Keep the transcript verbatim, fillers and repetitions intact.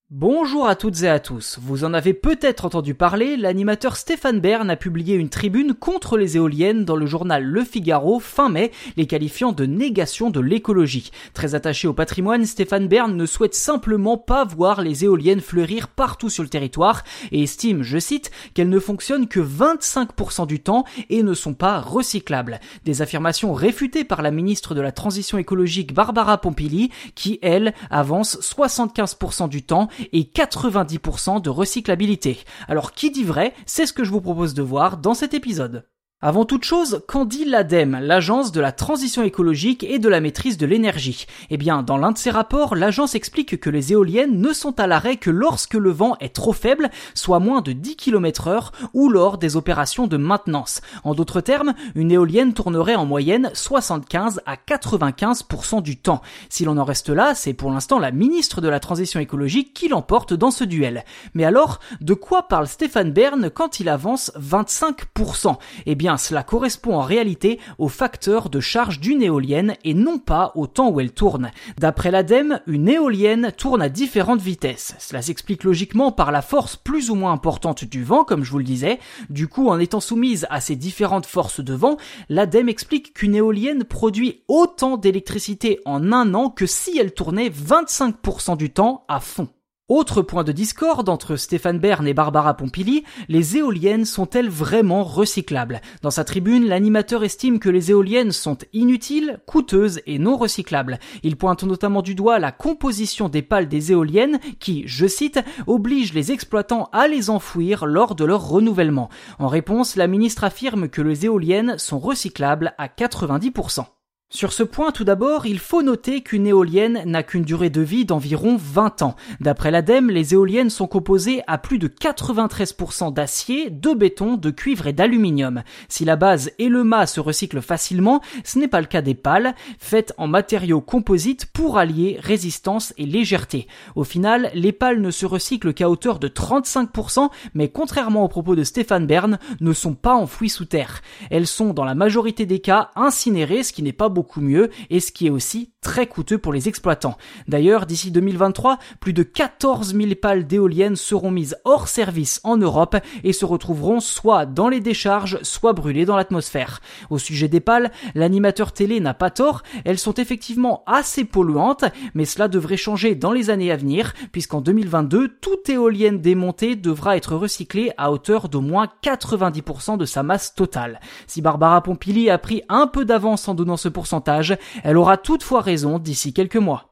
Bonjour à toutes et à tous, vous en avez peut-être entendu parler, l'animateur Stéphane Bern a publié une tribune contre les éoliennes dans le journal Le Figaro fin mai, les qualifiant de négation de l'écologie. Très attaché au patrimoine, Stéphane Bern ne souhaite simplement pas voir les éoliennes fleurir partout sur le territoire et estime, je cite, qu'elles ne fonctionnent que vingt-cinq pour cent du temps et ne sont pas recyclables. Des affirmations réfutées par la ministre de la Transition écologique Barbara Pompili qui, elle, avance soixante-quinze pour cent du temps et quatre-vingt-dix pour cent de recyclabilité. Alors qui dit vrai, c'est ce que je vous propose de voir dans cet épisode. Avant toute chose, qu'en dit l'ADEME, l'Agence de la Transition écologique et de la maîtrise de l'énergie? Eh bien, dans l'un de ses rapports, l'agence explique que les éoliennes ne sont à l'arrêt que lorsque le vent est trop faible, soit moins de dix kilomètres heure, ou lors des opérations de maintenance. En d'autres termes, une éolienne tournerait en moyenne soixante-quinze à quatre-vingt-quinze pour cent du temps. Si l'on en reste là, c'est pour l'instant la ministre de la Transition écologique qui l'emporte dans ce duel. Mais alors, de quoi parle Stéphane Bern quand il avance vingt-cinq pour cent? Eh bien, cela correspond en réalité au facteur de charge d'une éolienne et non pas au temps où elle tourne. D'après l'ADEME, une éolienne tourne à différentes vitesses. Cela s'explique logiquement par la force plus ou moins importante du vent, comme je vous le disais. Du coup, en étant soumise à ces différentes forces de vent, l'ADEME explique qu'une éolienne produit autant d'électricité en un an que si elle tournait vingt-cinq pour cent du temps à fond. Autre point de discorde entre Stéphane Bern et Barbara Pompili, les éoliennes sont-elles vraiment recyclables? Dans sa tribune, l'animateur estime que les éoliennes sont inutiles, coûteuses et non recyclables. Il pointe notamment du doigt la composition des pales des éoliennes qui, je cite, oblige les exploitants à les enfouir lors de leur renouvellement. En réponse, la ministre affirme que les éoliennes sont recyclables à quatre-vingt-dix pour cent. Sur ce point, tout d'abord, il faut noter qu'une éolienne n'a qu'une durée de vie d'environ vingt ans. D'après l'ADEME, les éoliennes sont composées à plus de quatre-vingt-treize pour cent d'acier, de béton, de cuivre et d'aluminium. Si la base et le mât se recyclent facilement, ce n'est pas le cas des pales, faites en matériaux composites pour allier résistance et légèreté. Au final, les pales ne se recyclent qu'à hauteur de trente-cinq pour cent, mais contrairement aux propos de Stéphane Bern, ne sont pas enfouies sous terre. Elles sont, dans la majorité des cas, incinérées, ce qui n'est pas beaucoup beaucoup mieux et ce qui est aussi très coûteux pour les exploitants. D'ailleurs, d'ici deux mille vingt-trois, plus de quatorze mille pales d'éoliennes seront mises hors service en Europe et se retrouveront soit dans les décharges, soit brûlées dans l'atmosphère. Au sujet des pales, l'animateur télé n'a pas tort, elles sont effectivement assez polluantes, mais cela devrait changer dans les années à venir, puisqu'en deux mille vingt-deux, toute éolienne démontée devra être recyclée à hauteur d'au moins quatre-vingt-dix pour cent de sa masse totale. Si Barbara Pompili a pris un peu d'avance en donnant ce pourcentage, elle aura toutefois raison d'ici quelques mois.